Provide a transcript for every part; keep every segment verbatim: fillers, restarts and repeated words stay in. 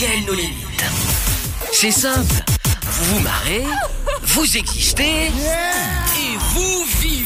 quelles nos limites? C'est simple, vous vous marrez, vous existez, et vous vivez.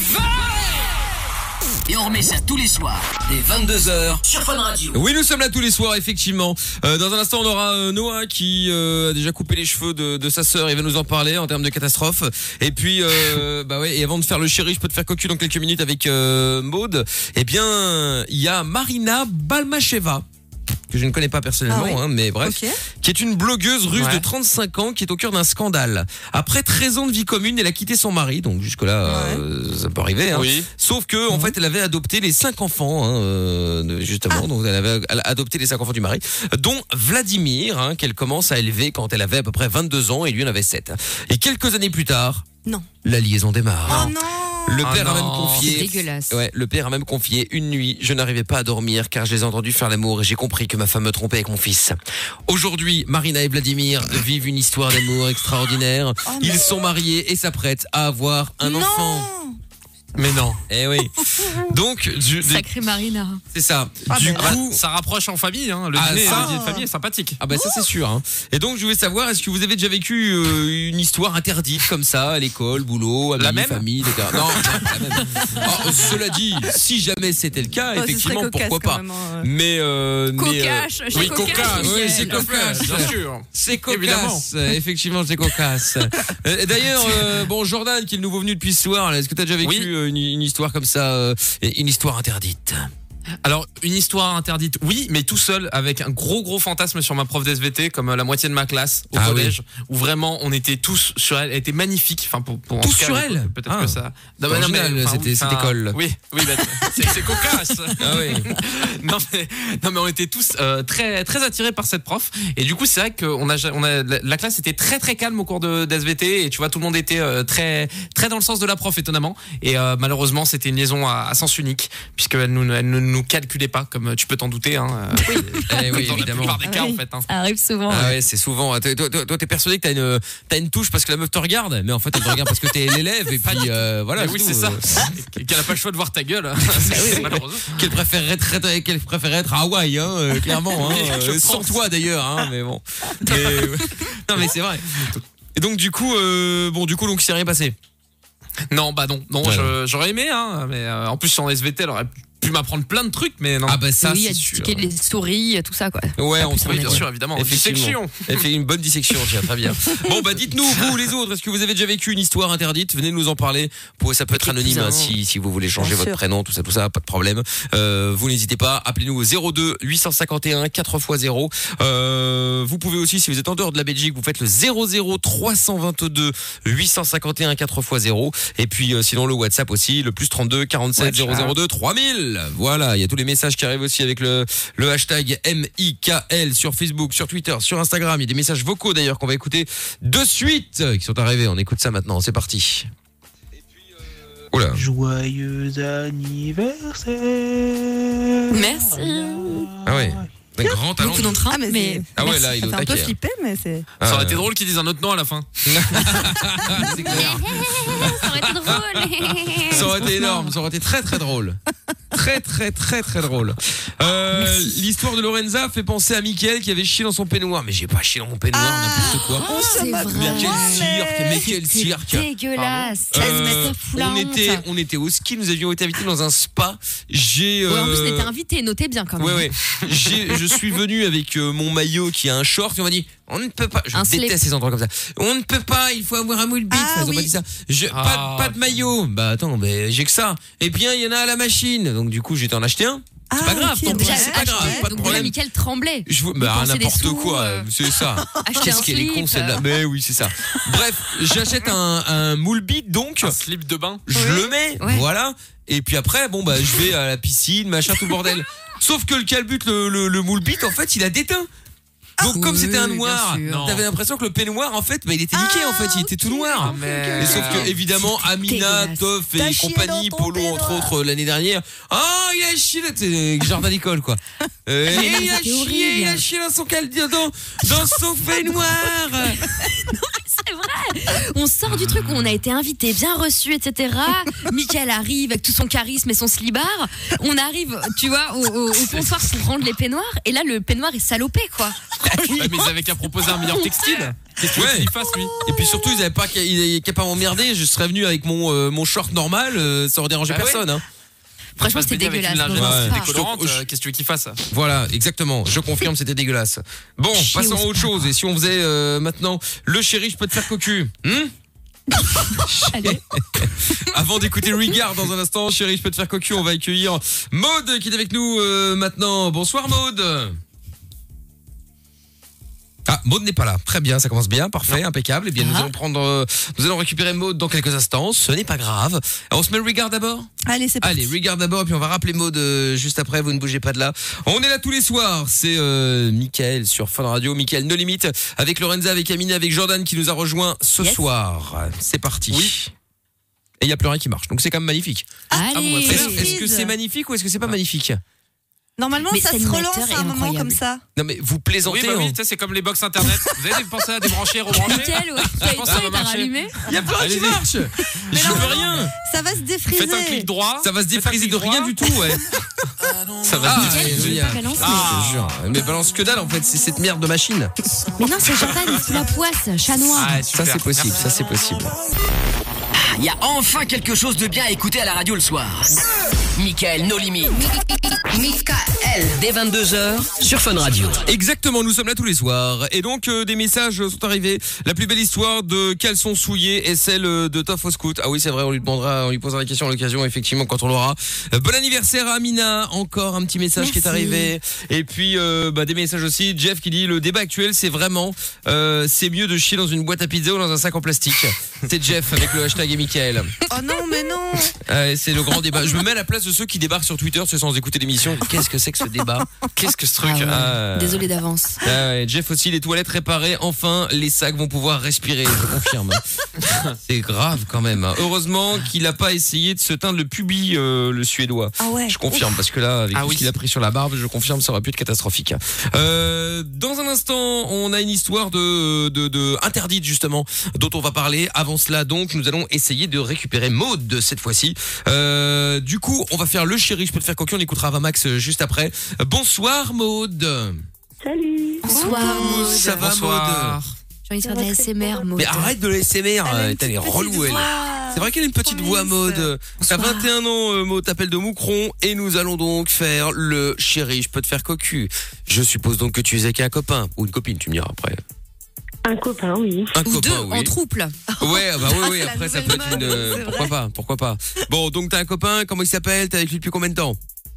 Et on remet ça tous les soirs, dès vingt-deux heures, sur Fun Radio. Oui, nous sommes là tous les soirs, effectivement. Euh, dans un instant, on aura euh, Noah qui euh, a déjà coupé les cheveux de, de sa sœur. Il va nous en parler en termes de catastrophe. Et puis, euh, bah ouais. Et avant de faire le chéri, je peux te faire cocu dans quelques minutes avec euh, Maude. Eh bien, il y a Marina Balmacheva, que je ne connais pas personnellement, ah oui. hein, mais bref, okay. qui est une blogueuse russe ouais. de trente-cinq ans qui est au cœur d'un scandale. Après treize ans de vie commune, elle a quitté son mari, donc jusque-là, ouais. euh, ça peut arriver. Hein. Oui. Sauf que, en mmh. fait, elle avait adopté les cinq enfants, hein, euh, justement, ah. donc elle avait adopté les cinq enfants du mari, dont Vladimir, hein, qu'elle commence à élever quand elle avait à peu près vingt-deux ans et lui en avait sept. Et quelques années plus tard, non. la liaison démarre. Oh non. Le oh père non. a même confié. C'est dégueulasse. Ouais, le père a même confié une nuit, je n'arrivais pas à dormir car je les ai entendus faire l'amour et j'ai compris que ma femme me trompait avec mon fils. Aujourd'hui, Marina et Vladimir vivent une histoire d'amour extraordinaire. Oh Ils sont mariés et s'apprêtent à avoir un non. enfant. Mais non. Eh oui. Donc, du, sacré Marina. C'est ça. Ah du ben, coup, ça rapproche en famille. Hein. Le ah, dîner, ça, le dîner de famille est sympathique. Ah bah ça c'est sûr. Hein. Et donc, je voulais savoir, est-ce que vous avez déjà vécu euh, une histoire interdite comme ça à l'école, boulot, amis, la même famille, et cetera. Non, la même. Oh, cela dit, si jamais c'était le cas, oh, effectivement, pourquoi pas. Même, euh... Mais euh, cocache. Mais, euh... Oui, cocache. Oui, c'est cocache. Bien sûr. C'est cocasse. Effectivement, c'est cocasse. D'ailleurs, euh, bon, Jordan, qui est le nouveau venu depuis ce soir, est-ce que tu as déjà vécu oui. une, une histoire comme ça, euh, une histoire interdite? Alors, une histoire interdite, oui, mais tout seul, avec un gros gros fantasme sur ma prof d'S V T, comme la moitié de ma classe au ah collège, oui. où vraiment on était tous sur elle, elle était magnifique. Enfin, pour, pour tous cas, sur elle. Peut-être ah. que ça. Non, mais, non, mais enfin, c'était cette école. Oui, oui, bah, c'est, c'est cocasse. Ah oui. non mais non mais on était tous euh, très très attirés par cette prof. Et du coup, c'est vrai qu'on a on a la classe était très très calme au cours de d'S V T et tu vois tout le monde était euh, très très dans le sens de la prof étonnamment. Et euh, malheureusement, c'était une liaison à, à sens unique puisqu'elle nous elle ne nous calculait pas. Comme tu peux t'en douter, hein. Oui, eh oui dans évidemment. la plupart des cas, oui, en fait. Hein. Ça arrive souvent. Ah ouais, c'est souvent. Toi, toi, toi, t'es persuadé que t'as une, t'as une touche parce que la meuf te regarde, mais en fait, elle te regarde parce que t'es l'élève et puis euh, voilà. Mais oui, c'est ça. Qu'elle a pas le choix de voir ta gueule. C'est malheureusement. Qu'elle préférerait être, qu'elle préférerait être à Hawaï, hein, euh, clairement. Hein, euh, sans toi d'ailleurs, hein, mais bon. Mais, non, mais c'est vrai. Et donc du coup, euh, bon, du coup, donc, il s'est rien passé. Non, bah non, non, ouais. je, j'aurais aimé, hein, mais euh, en plus en S V T, elle aurait pu m'apprendre plein de trucs, mais non. Ah bah ça, oui, c'est sûr. Oui, les souris, tout ça, quoi. Ouais, on oui, bien sûr, évidemment. Dissection. Elle fait une bonne dissection, tiens, très bien. Bon, bah dites-nous, vous les autres, est-ce que vous avez déjà vécu une histoire interdite? Venez nous en parler. Ça peut être anonyme, hein, si, si vous voulez changer bien votre sûr. prénom, tout ça, tout ça, pas de problème. Euh, vous n'hésitez pas, appelez-nous au zéro deux huit cent cinquante et un quatre fois zéro. Euh, vous pouvez aussi, si vous êtes en dehors de la Belgique, vous faites le zéro zéro trois cent vingt-deux huit cent cinquante et un quatre fois zéro. Et puis, euh, sinon, le WhatsApp aussi, le plus trente-deux quarante-sept zéro zéro deux trois mille. Voilà, il y a tous les messages qui arrivent aussi avec le, le hashtag M I K L sur Facebook, sur Twitter, sur Instagram. Il y a des messages vocaux d'ailleurs qu'on va écouter de suite qui sont arrivés. On écoute ça maintenant, c'est parti. Et puis, euh... Oula. Joyeux anniversaire. Merci. Ah ouais. Un grand talent. Beaucoup d'entrain, ah, mais, mais ah ouais, là, il est un peu flippé, mais c'est. Ça aurait été drôle qu'ils disent un autre nom à la fin. C'est clair. Ça aurait été drôle. Ça aurait été énorme, ça aurait été très très drôle. Très très très très drôle. Euh, l'histoire de Lorenza fait penser à Mickaël qui avait chié dans son peignoir. Mais j'ai pas chié dans mon peignoir, ah, n'importe quoi. Oh, c'est mais quel cirque, mais quel cirque. Dégueulasse. Euh, on était, on était au ski, nous avions été invités dans un spa. J'ai. Euh... Ouais, en plus, on était invités, notez bien quand même. Ouais, ouais. J'ai, je suis venu avec euh, mon maillot qui a un short et on m'a dit on ne peut pas. Je un déteste slip. ces endroits comme ça. On ne peut pas. Il faut avoir un moule bite. Ah, enfin, ils ont oui. pas dit ça. Je, Ah. pas, pas de maillot. Bah attends, mais j'ai que ça. Et bien il y en a à la machine. Donc du coup, j'étais en acheter un. C'est Ah, pas grave, ok, tant pis, déjà c'est pas acheté, grave, pas de donc problème. déjà, Mickaël tremblait. Je vous, bah, dépensait des n'importe sous, quoi, euh, c'est ça. acheter Qu'est-ce un qu'elle est slip, con celle-là. Mais oui, c'est ça. Bref, j'achète un, un moule bite donc. Un slip de bain. Je Ouais. le mets, Ouais. voilà. Et puis après, bon bah, je vais à la piscine, machin, tout le bordel. Sauf que le calbut, le, le, le moule bite, en fait, il a déteint. Donc Ah, comme oui, c'était un bien noir, sûr. t'avais l'impression que le peignoir en fait, bah, il était niqué Ah, en fait, il était tout noir. Ah, mais- Et sauf que évidemment C'était Amina, dégueulasse. Toff et T'as chié compagnie, dans ton Polo entre peignoir. autres l'année dernière. Oh il a chié là, c'est jardin d'école quoi. Euh, Mais et il a c'était chié, horrible. il a chié dans son cal dans, dans son peignoir. C'est vrai. On sort du truc où on a été invité, bien reçu, et cetera. Mickaël arrive avec tout son charisme et son slibard. On arrive, tu vois, au, au, au comptoir pour rendre les peignoirs. Et là, le peignoir est salopé, quoi. Ouais, mais ils avaient qu'à proposer un meilleur textile. Qu'est-ce que tu veux Ouais. qu'il fasse, lui? Et puis surtout, ils avaient pas qu'à, ils avaient qu'à pas m'emmerder. Je serais venu avec mon euh, mon short normal, euh, ça aurait dérangé Bah ouais. personne. Hein. Franchement, c'était dégueulasse. Avec une dans un lingette spa. décolorante, Ouais. euh, qu'est-ce que tu veux qu'il fasse? Voilà, exactement. Je confirme, c'était dégueulasse. Bon, Chier passons au à autre spa. chose. Et si on faisait euh, maintenant le chéri, je peux te faire cocu. Hmm Allez. Avant d'écouter Regard dans un instant, chéri, je peux te faire cocu, on va accueillir Maude qui est avec nous euh, maintenant. Bonsoir Maude. Ah, Maude n'est pas là. Très bien, ça commence bien, parfait, impeccable. Eh bien, nous Ah. allons prendre, euh, nous allons récupérer Maude dans quelques instants. Ce n'est pas grave. On se met le Regard d'abord. Allez, c'est parti. Allez, Regard d'abord, et puis on va rappeler Maude euh, juste après. Vous ne bougez pas de là. On est là tous les soirs. C'est euh, Mickaël sur Fun Radio, Mickaël No Limit, avec Lorenza, avec Amina, avec Jordan qui nous a rejoint ce Yes. soir. C'est parti. Oui. Et il y a plus rien qui marche. Donc c'est quand même magnifique. Allez. bon, bah, très Est-ce bien. est-ce que c'est magnifique ou est-ce que c'est pas magnifique? Normalement, Mais ça cet se animateur relance est à un moment incroyable. comme ça. Non mais vous plaisantez. Oui, bah oui, hein. tu sais, c'est comme les box internet. Vous avez pensé à débrancher, rebrancher? Mickaël, ouais. Je pense que ça va il t'a marcher. rallumé. Il y a plus rien qui Allez-y. marche. Mais Je non, veux non, rien. Ça va se défriser. Faites un clic droit. Ça va se Faites un défriser clic de rien droit. du tout, ouais. Ça va Ah, se défriser. Mickaël, il génial. veut pas balancer. Je te jure. Mais balance que dalle en fait, c'est cette merde de machine. Mais non, c'est Jordan, il fout la poisse, chat noir. Ah, Ça super. c'est possible, Merci. ça c'est possible. Il y a enfin quelque chose de bien à écouter à la radio le soir. Mickaël No Limit. Mickaël. Dès vingt-deux heures sur Fun Radio. Exactement, nous sommes là tous les soirs. Et donc, euh, des messages sont arrivés. La plus belle histoire de caleçon souillé est celle euh, de Toff au Scout. Ah oui, c'est vrai, on lui demandera, on lui posera la question à l'occasion, effectivement, quand on l'aura. Euh, bon anniversaire à Amina. Encore un petit message qui est Merci. arrivé. Et puis, euh, bah, des messages aussi. Jeff qui dit, le débat actuel, c'est vraiment, euh, c'est mieux de chier dans une boîte à pizza ou dans un sac en plastique. C'est Jeff avec le hashtag et Mickaël. Oh non, mais non. Euh, c'est le grand débat. Je me mets à la place de ceux qui débarquent sur Twitter, ceux sans écouter l'émission. Qu'est-ce que c'est que ce débat? Qu'est-ce que ce truc? Ah ouais. Ah. Désolé d'avance. Ah ouais, Jeff aussi, les toilettes réparées, enfin les sacs vont pouvoir respirer, je confirme. C'est grave quand même. hein. Heureusement qu'il a pas essayé de se teindre le pubis, euh, le suédois. Ah ouais. Je confirme, parce que là, avec Ah tout oui. ce qu'il a pris sur la barbe, je confirme, ça aurait pu être catastrophique. Euh, dans un instant, on a une histoire de, de, de interdite justement, dont on va parler. Avant cela, donc, nous allons essayer de récupérer Maude cette fois-ci. Euh, du coup, on va faire le chéri, je peux te faire cocu, on écoutera Vamax euh, juste après. Euh, Bonsoir Maude. Salut. Bonsoir, Maud. Ça va Bonsoir. J'ai envie de faire de la S M R, Maud. Mais arrête de la S M R, Elle a euh, une t'as les petite relous elle. voix. C'est vrai qu'elle a une petite voix Maude. T'as Bonsoir. vingt et un ans, euh, Maude, t'appelles de Moucron et nous allons donc faire le chéri, je peux te faire cocu. Je suppose donc que tu es avec un copain ou une copine, tu me diras après. Un copain, oui. Un Ou copain, deux oui. en trouble. Ouais, bah oui, oui, c'est la après ça peut nouvelle être une... mode, euh, c'est pourquoi vrai. pas, pourquoi pas. Bon, donc t'as un copain, comment il s'appelle? T'es avec lui depuis combien de temps?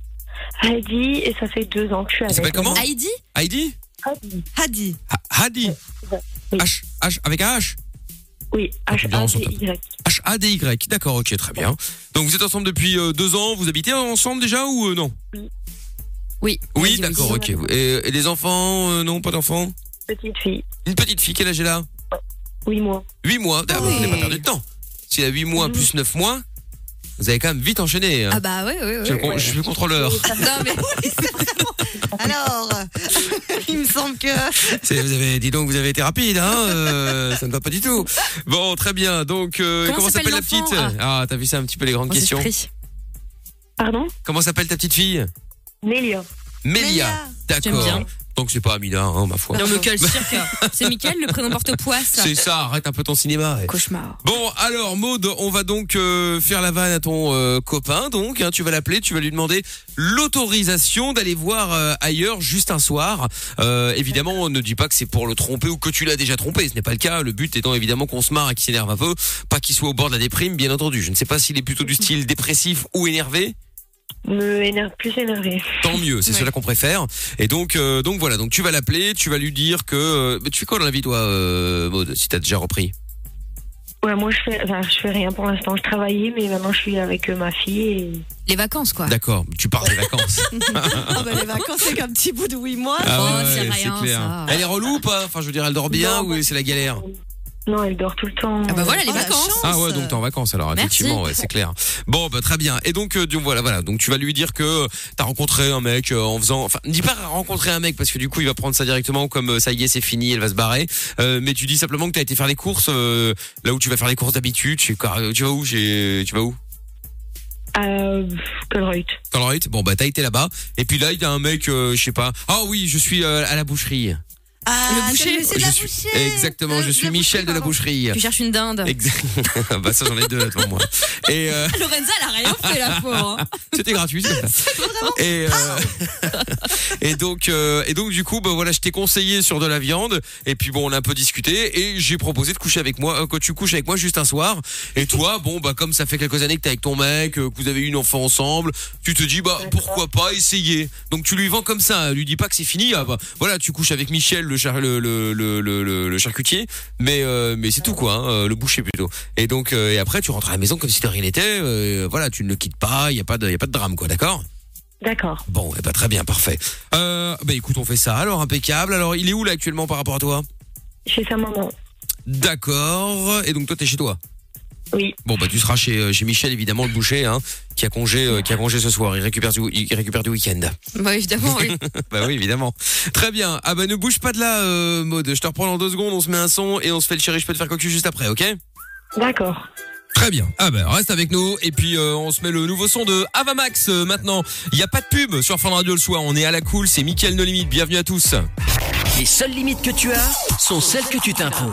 Heidi, et ça fait deux ans que je suis Il avec. s'appelle comment? Heidi Heidi? Heidi. Hadi. Ha- Hadi? Oui. H, H, avec un H? Oui, bien, on s'entend. H-A-D-Y. H A D Y, d'accord, ok, très bien. Donc vous êtes ensemble depuis euh, deux ans, vous habitez ensemble déjà ou euh, non? Oui. Oui, Vas-y, d'accord, vas-y. ok. Et, et des enfants, euh, non, pas d'enfants? Petite fille, Une petite fille, quel âge elle a? huit mois. huit mois, d'accord, oui. vous n'avez pas perdu de temps. S'il a huit mois plus neuf mois, vous avez quand même vite enchaîné. Hein. Ah bah ouais, ouais, je, suis ouais. le con- je suis le contrôleur. Non mais Alors, il me semble que. C'est- Vous avez, dis donc, vous avez été rapide, hein euh, ça ne va pas du tout. Bon, très bien. Donc, euh, Comment comment s'appelle la s'appelle petite? l'enfant Ah, t'as vu ça un petit peu les grandes on s'est questions. pris. Pardon? Comment s'appelle ta petite fille? Nélia. Mélia. Mélia. D'accord. J'aime bien. Donc c'est pas Amina, hein, ma foi. Non mais quel cirque. C'est Mickaël, le prénom porte-poisse. C'est ça, arrête un peu ton cinéma. ouais. Cauchemar. Bon, alors Maude, on va donc euh, faire la vanne à ton euh, copain. Donc, hein, tu vas l'appeler, tu vas lui demander l'autorisation d'aller voir euh, ailleurs juste un soir. Euh, évidemment, on ne dit pas que c'est pour le tromper ou que tu l'as déjà trompé. Ce n'est pas le cas. Le but étant évidemment qu'on se marre et qu'il s'énerve un peu, pas qu'il soit au bord de la déprime, bien entendu. Je ne sais pas s'il est plutôt du style dépressif ou énervé. Me énerve, plus énervé. Tant mieux, c'est Ouais. cela qu'on préfère. Et donc, euh, donc voilà. Donc tu vas l'appeler, tu vas lui dire que. Euh, mais tu fais quoi dans la vie, toi, euh, Maude, si t'as déjà repris? Ouais, moi, je fais, enfin, je fais rien pour l'instant. Je travaillais, mais maintenant, je suis avec euh, ma fille et Les vacances quoi. D'accord. Tu pars des vacances. Ah bah les vacances, c'est qu'un petit bout de huit mois. Ah Oh, ouais, c'est ouais, rien, clair. ça. Elle est relou ou pas? Enfin, je veux dire, elle dort bien Non, ou c'est la galère? Non, elle dort tout le temps. Ah bah voilà les Oh, la vacances. chance. Ah ouais, donc t'es en vacances alors, Merci. effectivement, ouais, c'est clair. Bon, bah très bien. Et donc, euh, donc voilà, voilà. Donc tu vas lui dire que t'as rencontré un mec euh, en faisant, enfin, ne dis pas rencontrer un mec parce que du coup il va prendre ça directement comme euh, ça y est, c'est fini, elle va se barrer. Euh, mais tu dis simplement que t'as été faire les courses euh, là où tu vas faire les courses d'habitude. Tu, tu vas où j'ai, tu vas où? Euh, Colruyt. Colruyt. Bon bah t'as été là-bas. Et puis là il y a un mec, euh, je sais pas. Ah oui, je suis euh, à la boucherie. Ah, Le boucher. c'est le monsieur de Je la suis boucherie. exactement, Euh, je suis la Michel boucherie, de la pardon. boucherie. Tu cherches une dinde. Exact. Bah ça j'en ai deux devant moi. Et euh, Lorenza, elle a rien fait la pauvre. hein. c'était gratuit. c'est ça. Et euh, et donc euh, et donc du coup bah voilà, je t'ai conseillé sur de la viande et puis bon on a un peu discuté et j'ai proposé de coucher avec moi euh, que tu couches avec moi juste un soir. Et toi bon bah comme ça fait quelques années que t'es avec ton mec, euh, que vous avez eu une enfant ensemble, tu te dis bah pourquoi pas essayer. Donc tu lui vends comme ça, lui dis pas que c'est fini. Ah, bah, voilà, tu couches avec Michel le char, le, le le le le, le charcutier, mais euh, mais c'est tout quoi, hein, euh, le boucher plutôt. Et donc euh, et après tu rentres à la maison comme si de rien n'était. Euh, voilà, tu ne le quittes pas, il y a pas de il y a pas de drame quoi, d'accord? D'accord. Bon, eh ben, très bien, parfait. Euh, bah écoute, on fait ça. Alors impeccable. Alors il est où là actuellement par rapport à toi? Chez sa maman. D'accord. Et donc toi t'es chez toi? Oui. Bon bah tu seras chez chez Michel évidemment le boucher hein, qui a congé euh, qui a congé ce soir. Il récupère du il récupère du week-end. Bah évidemment, oui. Bah oui évidemment. Très bien. Ah bah ne bouge pas de là, euh, Maud. Je te reprends dans deux secondes. On se met un son et on se fait le chéri. Je peux te faire cocu juste après, ok? D'accord. Très bien. Ah ben reste avec nous et puis euh, on se met le nouveau son de Avamax euh, maintenant. Il y a pas de pub sur Fun Radio le soir. On est à la cool. C'est Mickaël No Limite. Bienvenue à tous. Les seules limites que tu as sont celles que tu t'imposes.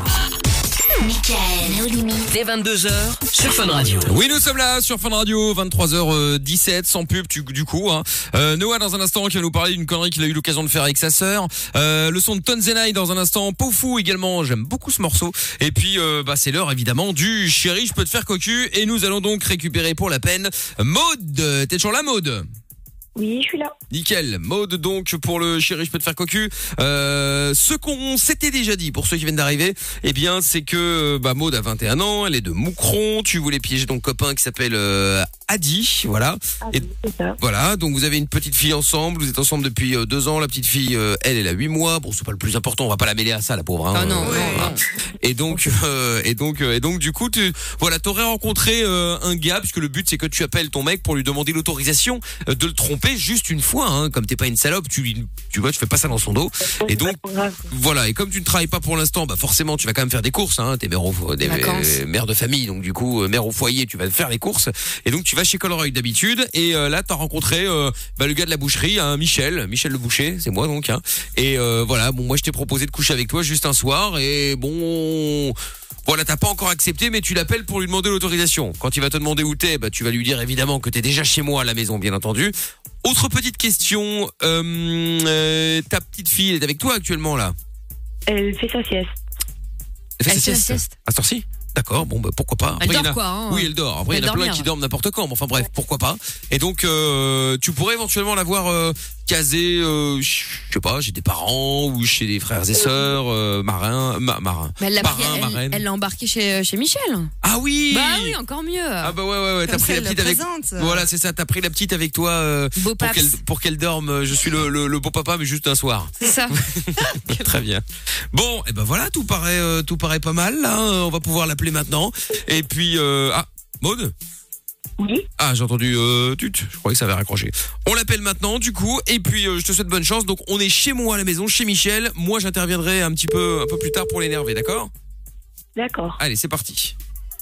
Mickaël No Limite. Dès vingt-deux heures sur Fun Radio. Oui, nous sommes là sur Fun Radio, vingt-trois heures dix-sept, sans pub tu, du coup. Hein. Euh, Noah dans un instant qui va nous parler d'une connerie qu'il a eu l'occasion de faire avec sa sœur. Euh, le son de Tonzenai dans un instant, Pofou également, j'aime beaucoup ce morceau. Et puis euh, bah c'est l'heure évidemment du chéri, je peux te faire cocu. Et nous allons donc récupérer pour la peine Maud. T'es toujours là Maud? Oui, je suis là. Nickel. Maud donc pour le chéri je peux te faire cocu. Euh, ce qu'on s'était déjà dit pour ceux qui viennent d'arriver, eh bien c'est que bah Maud a vingt et un ans, elle est de Moucron, tu voulais piéger ton copain qui s'appelle euh, Adi, voilà. Ah, Et oui, c'est ça. voilà, donc vous avez une petite fille ensemble, vous êtes ensemble depuis euh, deux ans, la petite fille euh, elle elle a huit mois, bon c'est pas le plus important, on va pas la mêler à ça la pauvre hein. Ah non, Euh, ouais, voilà. non. Et donc euh, et donc euh, et donc du coup tu voilà, t'aurais rencontré euh, un gars puisque le but c'est que tu appelles ton mec pour lui demander l'autorisation euh, de le tromper juste une fois hein, comme t'es pas une salope, tu lui tu vois, tu fais pas ça dans son dos. Et donc C'est pas grave. voilà, et comme tu ne travailles pas pour l'instant, bah forcément tu vas quand même faire des courses hein, t'es mère au des Vacances. euh, mère de famille, donc du coup euh, mère au foyer, tu vas faire les courses et donc tu vas chez Colruyt d'habitude et euh, là t'as rencontré euh, bah, le gars de la boucherie, hein, Michel, Michel le boucher, c'est moi donc hein. Et euh, voilà, bon moi je t'ai proposé de coucher avec toi juste un soir et bon voilà, t'as pas encore accepté, mais tu l'appelles pour lui demander l'autorisation. Quand il va te demander où t'es, bah tu vas lui dire évidemment que t'es déjà chez moi à la maison, bien entendu. Autre petite question, euh, euh, ta petite fille, elle est avec toi actuellement là? Elle fait sa sieste. Elle fait Elle sa fait la sieste. sieste. À cette heure-ci? D'accord, bon bah pourquoi pas. Elle Après, il y en dort a- quoi hein. Oui, elle dort. Après, il y en a Elle plein dormir. qui dorment n'importe quand. Mais enfin bref, pourquoi pas. Et donc, euh, tu pourrais éventuellement l'avoir euh, casé, euh, je sais pas, chez des parents ou chez des frères et sœurs, euh, marins, ma, marins. Mais elle l'a pris- Parrain, elle- marraine. elle l'a embarqué chez, chez Michel. Ah oui. Bah oui, encore mieux. Ah bah ouais ouais ouais, t'as Comme pris ça, la elle petite le avec. présente. Voilà, c'est ça. T'as pris la petite avec toi euh, Beau pour paps. qu'elle pour qu'elle dorme. euh, Je suis le, le, le beau papa, mais juste un soir. C'est ça. Très bien. Bon, et ben voilà, tout paraît euh, tout paraît pas mal. Là, hein, on va pouvoir l'appeler maintenant. Et puis euh, ah, Maud. Oui. Ah, j'ai entendu euh, tut. Je croyais que ça avait raccroché. On l'appelle maintenant, du coup. Et puis euh, je te souhaite bonne chance. Donc on est chez moi à la maison, chez Michel. Moi, j'interviendrai un petit peu un peu plus tard pour l'énerver, d'accord? D'accord. Allez, c'est parti.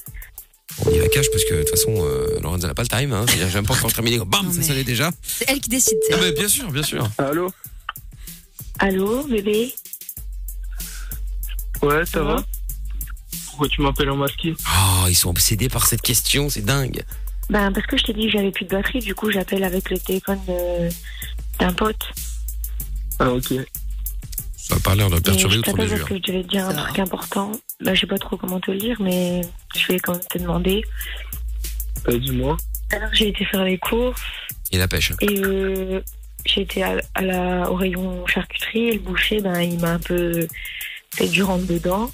On y va cash parce que de toute façon, euh, Lorenza n'a pas le time. Hein. C'est-à-dire, j'aime pas encore terminer. Bam, Non, ça mais- sonnait déjà. C'est elle qui décide. c'est Ah elle. bah, bien sûr, bien sûr. Allô? Allô, bébé? Ouais, ça Ça va va? Pourquoi tu m'appelles en masqué? Oh, ils sont obsédés par cette question, c'est dingue. Ben, parce que je t'ai dit que j'avais plus de batterie, du coup, j'appelle avec le téléphone de- d'un pote. Ah, ok. Ça va pas l'air de Et perturber je outre t'appelle parce mesure. que je devais te dire un Ça truc va. important. Ben, je sais pas trop comment te le dire, mais je vais quand même te demander. Euh, dis-moi. Alors, j'ai été faire les courses Et la pêche. et euh, j'ai été à, à la, au rayon charcuterie et le boucher, ben, il m'a un peu fait du rentre dedans.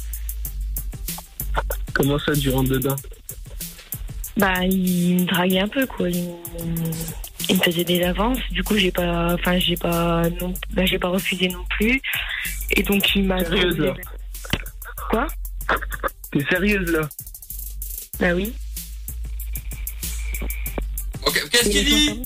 Comment ça, tu rentres dedans? Bah, il me draguait un peu, quoi. Il, me- il me faisait des avances. Du coup, j'ai pas, enfin, j'ai pas, non, bah, j'ai pas refusé non plus. Et donc, il m'a. Sérieuse, là? Quoi? T'es sérieuse là? Bah oui. Ok, qu'est-ce qu'il dit?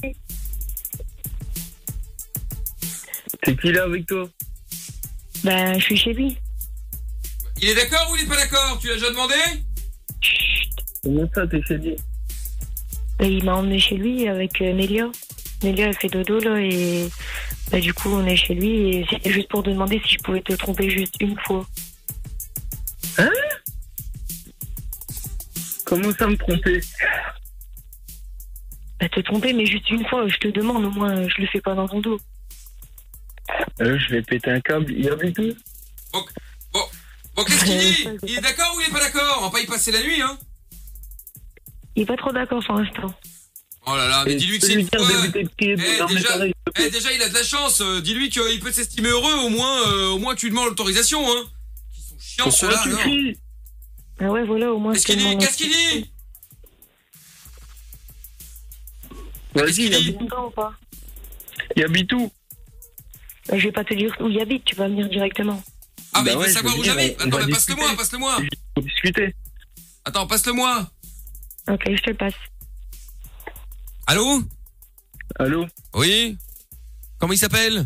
C'est qui là avec toi? Bah, je suis chez lui. Il est d'accord ou il est pas d'accord? Tu l'as déjà demandé? Comment ça, t'es chez lui? Bah, il m'a emmené chez lui avec euh, Nélia. Nélia, elle fait dodo, là, et bah, du coup, on est chez lui, et c'était juste pour te demander si je pouvais te tromper juste une fois. Hein? Comment ça me tromper? Bah, te tromper, mais juste une fois, je te demande, au moins, je le fais pas dans ton dos. Euh, je vais péter un câble, il y a du tout? Bon, bon, bon qu'est-ce qu'il dit? Il est d'accord ou il est pas d'accord? On va pas y passer la nuit, hein? Il est pas trop d'accord pour l'instant. Oh là là, mais Et dis-lui que tu c'est peux une lui dire fois. d'éviter de crier Eh, dans mes déjà, oreilles, s'il te plaît. eh, déjà, il a de la chance. euh, dis-lui qu'il peut s'estimer heureux, au moins, euh, au moins tu lui demandes l'autorisation, hein. Ils sont chiants, Pourquoi ceux-là, tu alors. cries? Ah ouais, voilà, au moins. Qu'est-ce je te qu'il dit? demande- Qu'est-ce qu'il dit? Vas-y, Qu'est-ce il qu'il dit? habite, Longtemps ou pas? il habite où? Bah, je vais pas te dire où il habite, tu vas venir directement. Ah, mais Bah il veut ouais, savoir je où veux dire, j'habite. on Attends, va mais passe-le-moi, discuter. passe-le-moi. Faut discuter. Attends, passe-le-moi. Ok, je te le passe. Allô? Allô? Oui? Comment il s'appelle?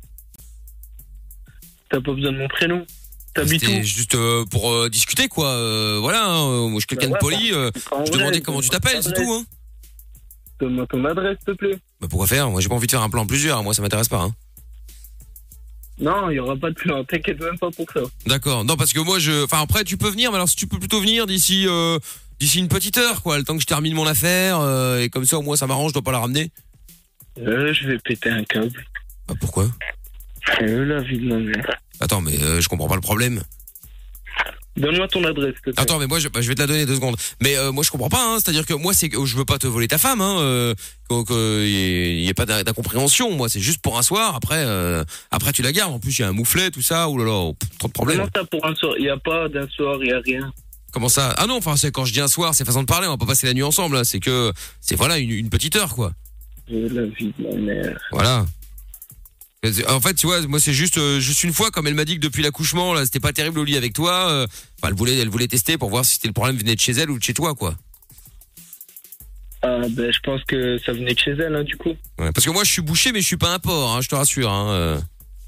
T'as pas besoin de mon prénom. T'habites C'était où? juste euh, pour euh, discuter, quoi. Euh, voilà, hein. Moi, je suis quelqu'un Bah de ouais, poli. euh, En je vrai, demandais comment tu donne-moi t'appelles, ton c'est adresse. tout, hein. Donne-moi ton adresse, s'il te plaît. Bah, pourquoi faire? Moi, j'ai pas envie de faire un plan en plusieurs. Moi, ça m'intéresse pas, hein. Non, il y aura pas de plan. T'inquiète même pas pour ça. D'accord. Non, parce que moi, je. Enfin, après, tu peux venir, mais alors si tu peux plutôt venir d'ici, euh, d'ici une petite heure, quoi, le temps que je termine mon affaire, euh, et comme ça, au moins, ça m'arrange, je dois pas la ramener. Euh, je vais péter un câble. Bah, pourquoi? Euh, la vie de ma mère. Attends, mais euh, je comprends pas le problème. Donne-moi ton adresse, s'il te plaît. Attends, mais moi, je, bah, je vais te la donner deux secondes. Mais euh, moi, je comprends pas. Hein. C'est-à-dire que moi, c'est que je veux pas te voler ta femme. Hein. Euh, qu'il y ait pas d'in- d'incompréhension. Moi, c'est juste pour un soir. Après, euh, après, tu la gardes. En plus, il y a un mouflet, tout ça. Ouh là là, pff, trop de problèmes. Comment ça pour un soir? Il y a pas d'un soir, il y a rien. Comment ça? Ah non, enfin, c'est quand je dis un soir, c'est façon de parler. On va pas passer la nuit ensemble. Là. C'est que, c'est voilà, une, une petite heure, quoi. Euh, la vie de ma mère. Voilà. En fait, tu vois, moi c'est juste euh, juste une fois, comme elle m'a dit que depuis l'accouchement, là, c'était pas terrible au lit avec toi. euh, Enfin, elle voulait, elle voulait tester pour voir si c'était le problème venait de chez elle ou de chez toi, quoi. Ah, ben, je pense que ça venait de chez elle, hein, du coup. Ouais, parce que moi, je suis bouché, mais je suis pas un porc, hein, je te rassure. Hein, euh.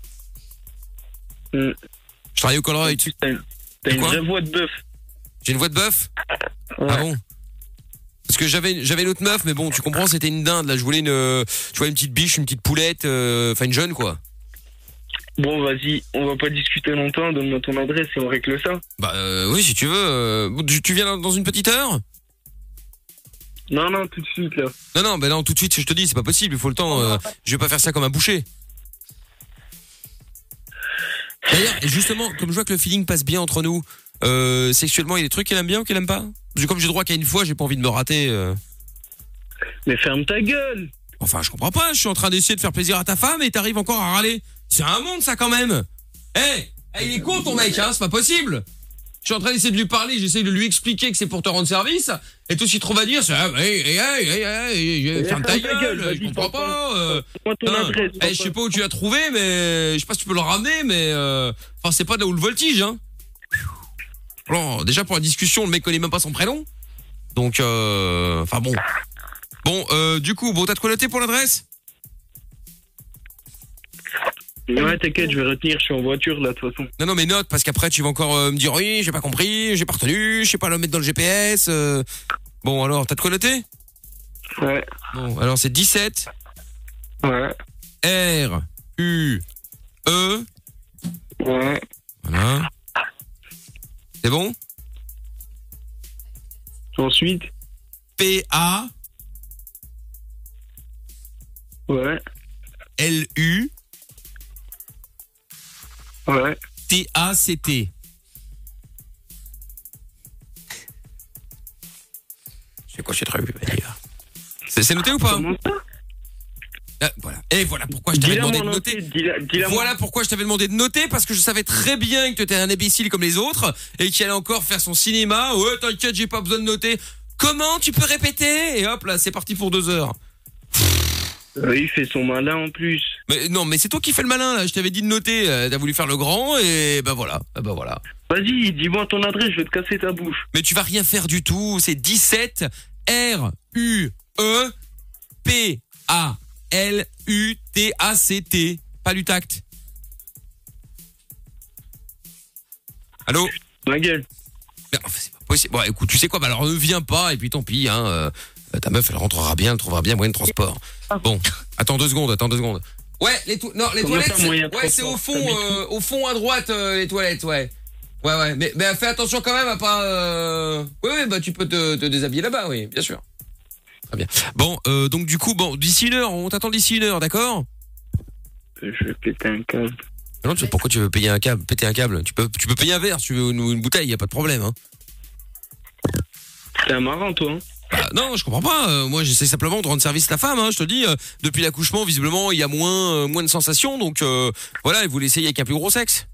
Mm. Je travaille au Colruyt. T'as une, t'as une Quoi vraie voix de bœuf. J'ai une voix de bœuf. Ouais. Ah bon? Parce que j'avais j'avais une autre meuf, mais bon, tu comprends, c'était une dinde. Là, je voulais une, euh, tu vois, une petite biche, une petite poulette, euh, enfin une jeune, quoi. Bon, vas-y, on va pas discuter longtemps. Donne-moi ton adresse et on règle ça. Bah euh, oui, si tu veux. Euh, tu, tu viens dans- dans une petite heure? Non, non, tout de suite, là. Non, non, bah non, tout de suite, je te dis, c'est pas possible. Il faut le temps. Euh, je vais pas faire ça comme un boucher. D'ailleurs, et justement, comme je vois que le feeling passe bien entre nous, euh, sexuellement, il y a des trucs qu'elle aime bien ou qu'elle aime pas? Parce que comme j'ai droit qu'à une fois, j'ai pas envie de me rater. euh. Mais ferme ta gueule. Enfin, je comprends pas. Je suis en train d'essayer de faire plaisir à ta femme et t'arrives encore à râler. C'est un monde, ça, quand même. Eh, hey, il est con ton mec, hein. C'est pas possible. Je suis en train d'essayer de lui parler, j'essaie de lui expliquer que c'est pour te rendre service, et tout ce qu'il trouve à dire, c'est ah, hey, hey, hey, hey, hey, hey, ferme ta gueule, vas-y, je comprends papa. pas. Euh, Donne-moi ton hein. adresse. Eh, je sais pas où tu l'as trouvé, mais je sais pas si tu peux le ramener, mais euh, enfin c'est pas de là où le voltige, hein. Alors, déjà pour la discussion, le mec connaît même pas son prénom, donc euh, enfin bon, bon, euh, du coup, bon, t'as de quoi noter pour l'adresse? Ouais, t'inquiète, je vais retenir, je suis en voiture, là, de toute façon. Non, non, mais note, parce qu'après, tu vas encore euh, me dire, oui, j'ai pas compris, j'ai pas retenu, je sais pas le mettre dans le G P S. euh. Bon, alors, t'as de quoi noter? Ouais. Bon, alors, c'est dix-sept. Ouais. R, U, E. Ouais. Voilà. C'est bon? Ensuite. P, A. Ouais. L, U. Ouais. T, A, C, T. C'est quoi, j'ai très vu, C'est c'est noté ou pas? Comment ça? Ah, voilà. Et voilà pourquoi je t'avais Dis-la demandé de mon noter. entier, dis-la- dis-la Voilà moi. pourquoi je t'avais demandé de noter, parce que je savais très bien que tu étais un imbécile comme les autres et qu'il allait encore faire son cinéma. Ouais, t'inquiète, j'ai pas besoin de noter. Comment tu peux répéter? Et hop là, c'est parti pour deux heures. Euh, il fait son malin en plus. Mais non, mais c'est toi qui fais le malin là. Je t'avais dit de noter. euh, T'as voulu faire le grand et bah voilà. Ah bah voilà. Vas-y, dis-moi ton adresse, je vais te casser ta bouche. Mais tu vas rien faire du tout. C'est dix-sept R U E P A L U T A C T. Pas du tact. Allô? Ma gueule. Mais enfin, c'est pas possible. Bon, écoute, tu sais quoi? Bah alors ne viens pas et puis tant pis. Hein. euh, ta meuf, elle rentrera bien, elle trouvera bien moyen de transport. Bon, attends deux secondes, attends deux secondes. Ouais, les to- non, les Comment toilettes. ça, c'est- moyen de Ouais, c'est au transport? fond, T'habites euh, au fond à droite, euh, les toilettes, ouais. Ouais, ouais, mais, mais fais attention quand même à pas. Euh... Oui, oui, bah tu peux te, te déshabiller là-bas, oui, bien sûr. Très bien. Bon, euh, donc du coup, bon, d'ici une heure, on t'attend d'ici une heure, d'accord? Euh, Je vais péter un câble. Non, tu sais pourquoi tu veux payer un câble, péter un câble? Tu peux, tu peux payer un verre, si tu veux une, une bouteille, y a pas de problème, hein. T'es un marrant, toi, hein? Bah, non, je comprends pas. Euh, moi, j'essaie simplement de rendre service à la femme. Hein, je te dis, euh, depuis l'accouchement, visiblement, il y a moins, euh, moins de sensations. Donc, euh, voilà, il voulait essayer avec un plus gros sexe.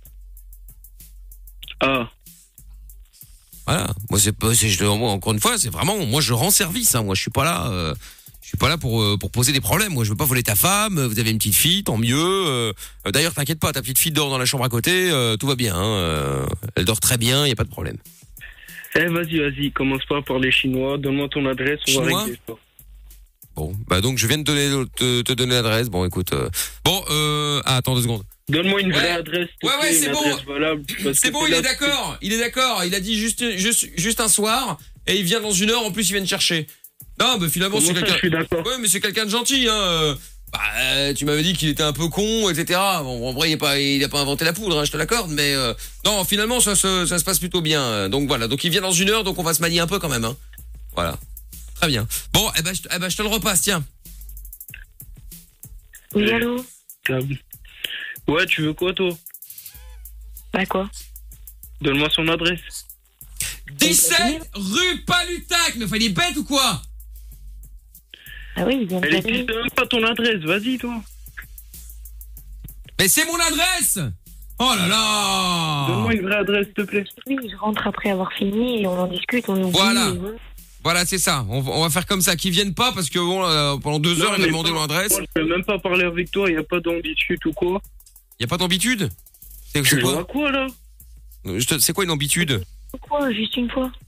Ah. Voilà. Moi, c'est pas, c'est, je, moi, encore une fois, c'est vraiment, moi, je rends service. Hein, moi, je suis pas là, euh, je suis pas là pour euh, pour poser des problèmes. Moi, je veux pas voler ta femme. Vous avez une petite fille, tant mieux. Euh, d'ailleurs, t'inquiète pas, ta petite fille dort dans la chambre à côté. Euh, tout va bien. Hein, euh, elle dort très bien. Il y a pas de problème. Eh, vas-y, vas-y, commence pas à parler chinois. Donne-moi ton adresse, on va Chinois régler ça. Bon, bah donc, je viens de donner, te, te donner l'adresse. Bon, écoute. Euh, bon, euh, ah, attends deux secondes. Donne-moi une Ouais. vraie adresse. s'il te Ouais, ouais, plaît, c'est une bon. adresse valable, parce C'est que bon, c'est il là- est d'accord, il est d'accord. Il a dit juste, juste, juste un soir, et il vient dans une heure. En plus, il vient te chercher. Non, bah finalement, Comment c'est ça, quelqu'un. je suis d'accord. Ouais, mais c'est quelqu'un de gentil. Hein. euh. Bah, euh, tu m'avais dit qu'il était un peu con, et cetera. Bon, en vrai, il a pas, il a pas inventé la poudre, hein, je te l'accorde. Mais euh, non, finalement, ça se, ça se passe plutôt bien. Donc voilà. Donc il vient dans une heure, donc on va se manier un peu quand même. Hein. Voilà. Très bien. Bon, eh ben, je, eh ben, je te le repasse. Tiens. Oui, allô? Câble. Ouais, tu veux quoi, toi? Bah quoi? Donne-moi son adresse. dix-sept rue Palutac. Mais enfin, il est bête ou quoi? Ah oui, il vient de Elle m'appeler. existe même pas ton adresse, vas-y, toi. Mais c'est mon adresse. Oh là là. Donne-moi une vraie adresse, s'il te plaît. Oui, je rentre après avoir fini et on en discute, on oublie. Voilà. et voilà. Voilà, c'est ça. On, va- on va faire comme ça. Qu'ils viennent pas parce que bon, euh, pendant deux heures, Non, il m'a mais demandé pas- mon adresse. Moi, je peux même pas parler avec toi, y a pas d'ambitude ou quoi. Y a pas d'ambitude? C'est Tu c'est joues quoi? à quoi, là? Je te- C'est quoi une ambitude? Quoi, juste une fois?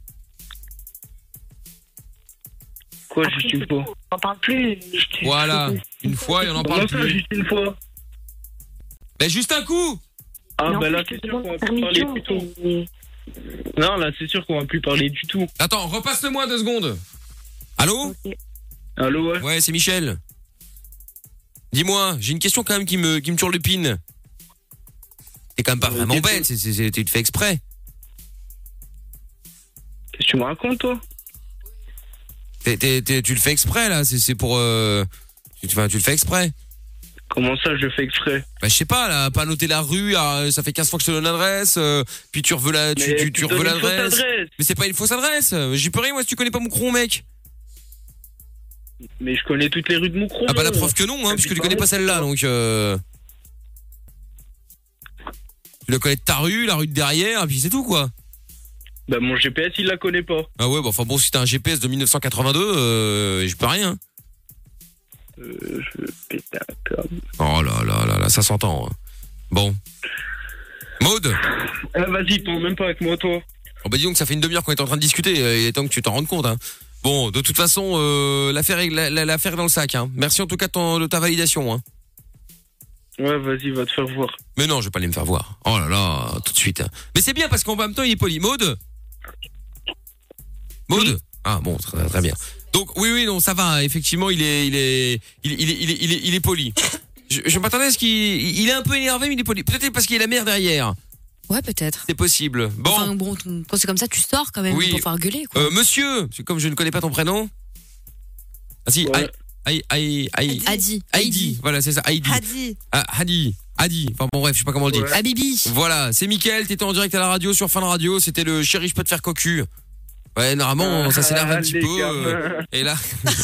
Quoi, Après, juste une c'est fois? tout, on n'en parle plus. Je te- Voilà. je te- Une fois et on en Comment parle ça, plus. juste une fois? Mais juste un coup. Ah, Mais en bah là, plus, je c'est te sûr demande qu'on va ta plus parler permission, du tout. c'est- Non, là, c'est sûr qu'on va plus parler du tout. Attends, repasse-le-moi deux secondes. Allô? Ok. Allô, ouais? Ouais, c'est Michel. Dis-moi, j'ai une question quand même qui me, qui me turlupine. T'es quand même pas Euh, vraiment qu'est-ce bête, que- c'est, c'est, c'est- tu te fais exprès. Qu'est-ce que tu me racontes, toi? T'es, t'es, t'es- tu le fais exprès là, c'est, c'est pour... Euh, tu, enfin, tu le fais exprès. Comment ça, je fais exprès? Bah je sais pas, là, pas noter la rue, ah, ça fait quinze fois que je te donne l'adresse, euh, puis tu veux la, tu, Mais tu, tu donnes reveux une fausse l'adresse. adresse. Mais c'est pas une fausse adresse, j'y peux rien moi si tu connais pas Moucron, mec. Mais je connais toutes les rues de Moucron. Ah bah la moi. preuve que non, hein, Ah, puisque puis tu connais pas pareil. celle-là, donc euh... Tu le connais de ta rue, la rue de derrière, et puis c'est tout quoi. Bah mon G P S, il la connaît pas. Ah ouais, bah enfin bon, si t'as un G P S de mille neuf cent quatre-vingt-deux, euh, je peux rien. Euh, je pète un câble. Oh là là là là, ça s'entend. Hein. Bon. Maud. Ah, vas-y, parle même pas avec moi, toi. Oh bah dis donc, ça fait une demi-heure qu'on est en train de discuter, euh, il est temps que tu t'en rendes compte. Hein. Bon, de toute façon, euh, l'affaire est, la- la- l'affaire est dans le sac. Hein. Merci en tout cas de, ton- de ta validation. Hein. Ouais, vas-y, va te faire voir. Mais non, je vais pas aller me faire voir. Oh là là, tout de suite. Mais c'est bien parce qu'en même temps, il est poli. Maud. Maud. Ah bon, très, très bien. Donc oui, oui, non, ça va. Effectivement, il est, il est, il, il est, il est, il est, il est poli. Je, je m'attendais à ce qu'il, il est un peu énervé, mais il est poli. Peut-être parce qu'il y a la mère derrière. Ouais, peut-être. C'est possible. Bon, Enfin, bon, quand c'est comme ça, tu sors quand même Oui. pour faire gueuler, quoi. euh, monsieur, parce que comme je ne connais pas ton prénom. Ah si, Ouais. Aïe, aïe, aïe, Adi. Heidi. Voilà, c'est ça, Heidi. Hadi. Ah, Hadi. Hadi. Enfin bon, bref, je sais pas comment on le dit. Ouais. Habibi. Voilà, c'est Mickaël, t'étais en direct à la radio sur Fun Radio, c'était le chéri, je peux te faire cocu. Ouais, normalement, ça s'énerve un Ah, petit les peu. gamins. euh, et là.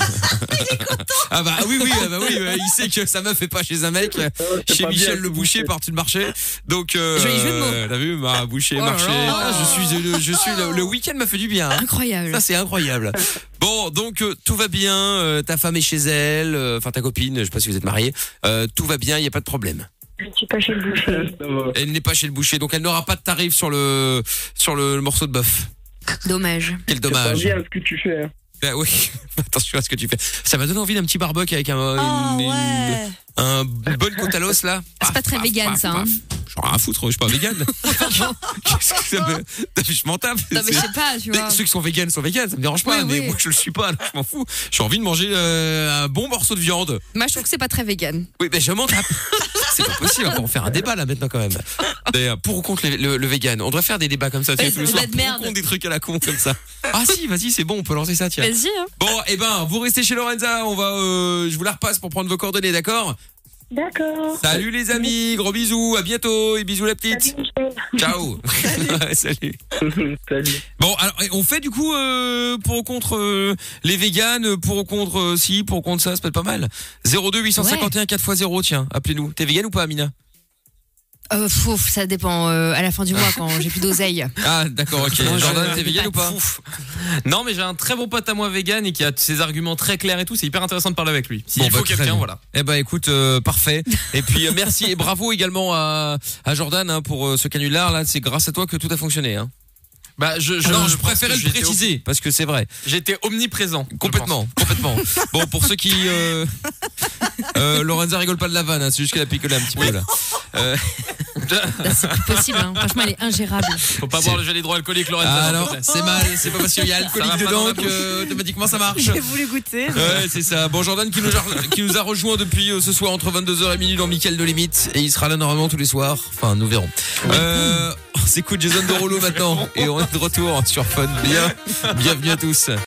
Ah bah oui, oui, ah bah oui, ouais, il sait que sa meuf est pas chez un mec, c'est chez pas Michel bien, le boucher, boucher. par-dessus le marché. Donc, euh, Joli jeu de mots. euh, t'as vu, ma boucher, Oh là marché. là. Ah, je suis, le, je suis le, le week-end m'a fait du bien. hein. Incroyable. Ça c'est incroyable. Bon, donc euh, tout va bien, euh, ta femme est chez elle, euh, enfin ta copine, je sais pas si vous êtes mariés, euh, tout va bien, il y a pas de problème. Je ne suis pas chez le boucher. Ça va. Elle n'est pas chez le boucher, donc elle n'aura pas de tarif sur le sur le, le morceau de bœuf. Dommage. Quel C'est pas dommage. bien ce que tu fais. Hein. Ben oui, attention à ce que tu fais. Ça m'a donné envie d'un petit barbecue avec un Oh, une- ouais. un une bonne côte à l'os là. C'est pas très vegan, ça, hein. J'en ai rien à foutre, je suis pas vegan. Qu'est-ce que ça me... Je m'en tape. Non, mais je C'est- sais pas, tu Mais vois. ceux qui sont véganes sont véganes, ça me dérange pas, Oui, mais oui. moi je le suis pas, alors je m'en fous. J'ai envie de manger euh, un bon morceau de viande. Moi, je trouve que c'est pas très vegan. Oui, mais je m'en tape. C'est pas possible, on va en faire un débat là maintenant quand même. D'ailleurs, pour ou contre le, le, le vegan, on devrait faire des débats comme ça, tu Ouais, sais, tous les c'est soirs, des débats de pour ou merde. contre des trucs à la con comme ça. Ah si, vas-y, c'est bon, on peut lancer ça, tiens. Vas-y, hein. Bon, eh ben, vous restez chez Lorenza, on va, euh, je vous la repasse pour prendre vos coordonnées, d'accord? D'accord. Salut les amis, gros bisous, à bientôt et bisous la petite. Salut, Michel. Ciao. Ouais, salut. Salut. Bon, alors on fait du coup euh, pour ou contre euh, les véganes, pour ou contre euh, si, pour ou contre ça, ça peut être pas mal. zéro deux huit cent cinquante et un quatre fois zéro, tiens, appelez-nous. T'es végane ou pas, Amina? Euh, fouf, ça dépend euh, à la fin du mois quand j'ai plus d'oseille. Ah, d'accord, ok. Non, Jordan, je- t'es végane ou pas? Pouf. Non, mais j'ai un très bon pote à moi vegan et qui a ses arguments très clairs et tout. C'est hyper intéressant de parler avec lui. S'il Bon, faut bah, très quelqu'un, bien. voilà. Eh ben écoute, euh, parfait. Et puis euh, merci et bravo également à, à Jordan hein, pour euh, ce canular là. C'est grâce à toi que tout a fonctionné. Hein. Bah, je, je, non, je, je pense préférais que le j'étais préciser parce que c'est vrai. au- J'étais omniprésent. je Complètement, complètement. Bon, pour ceux qui, euh, euh, Lorenza rigole pas de la vanne. Hein, c'est juste qu'elle a picolé un petit peu là. Euh, Là, c'est plus possible, hein. Franchement, elle est ingérable. pense. Faut pas C'est- boire le gel hydroalcoolique, Lorenza. ah s'il te non, plaît. c'est mal. C'est pas parce qu'il y a Ça alcoolique va pas dans dedans la que automatiquement ça marche. J'ai voulu goûter. Ouais, c'est ça. Bon, Jordan qui nous a, qui nous a rejoint depuis euh, ce soir entre vingt-deux heures et minuit dans Mickaël de Limite. Et il sera là normalement tous les soirs. Enfin, nous verrons. Euh, on s'écoute Jason Derulo maintenant. Et on est de retour sur Fun. Bien, bienvenue à tous.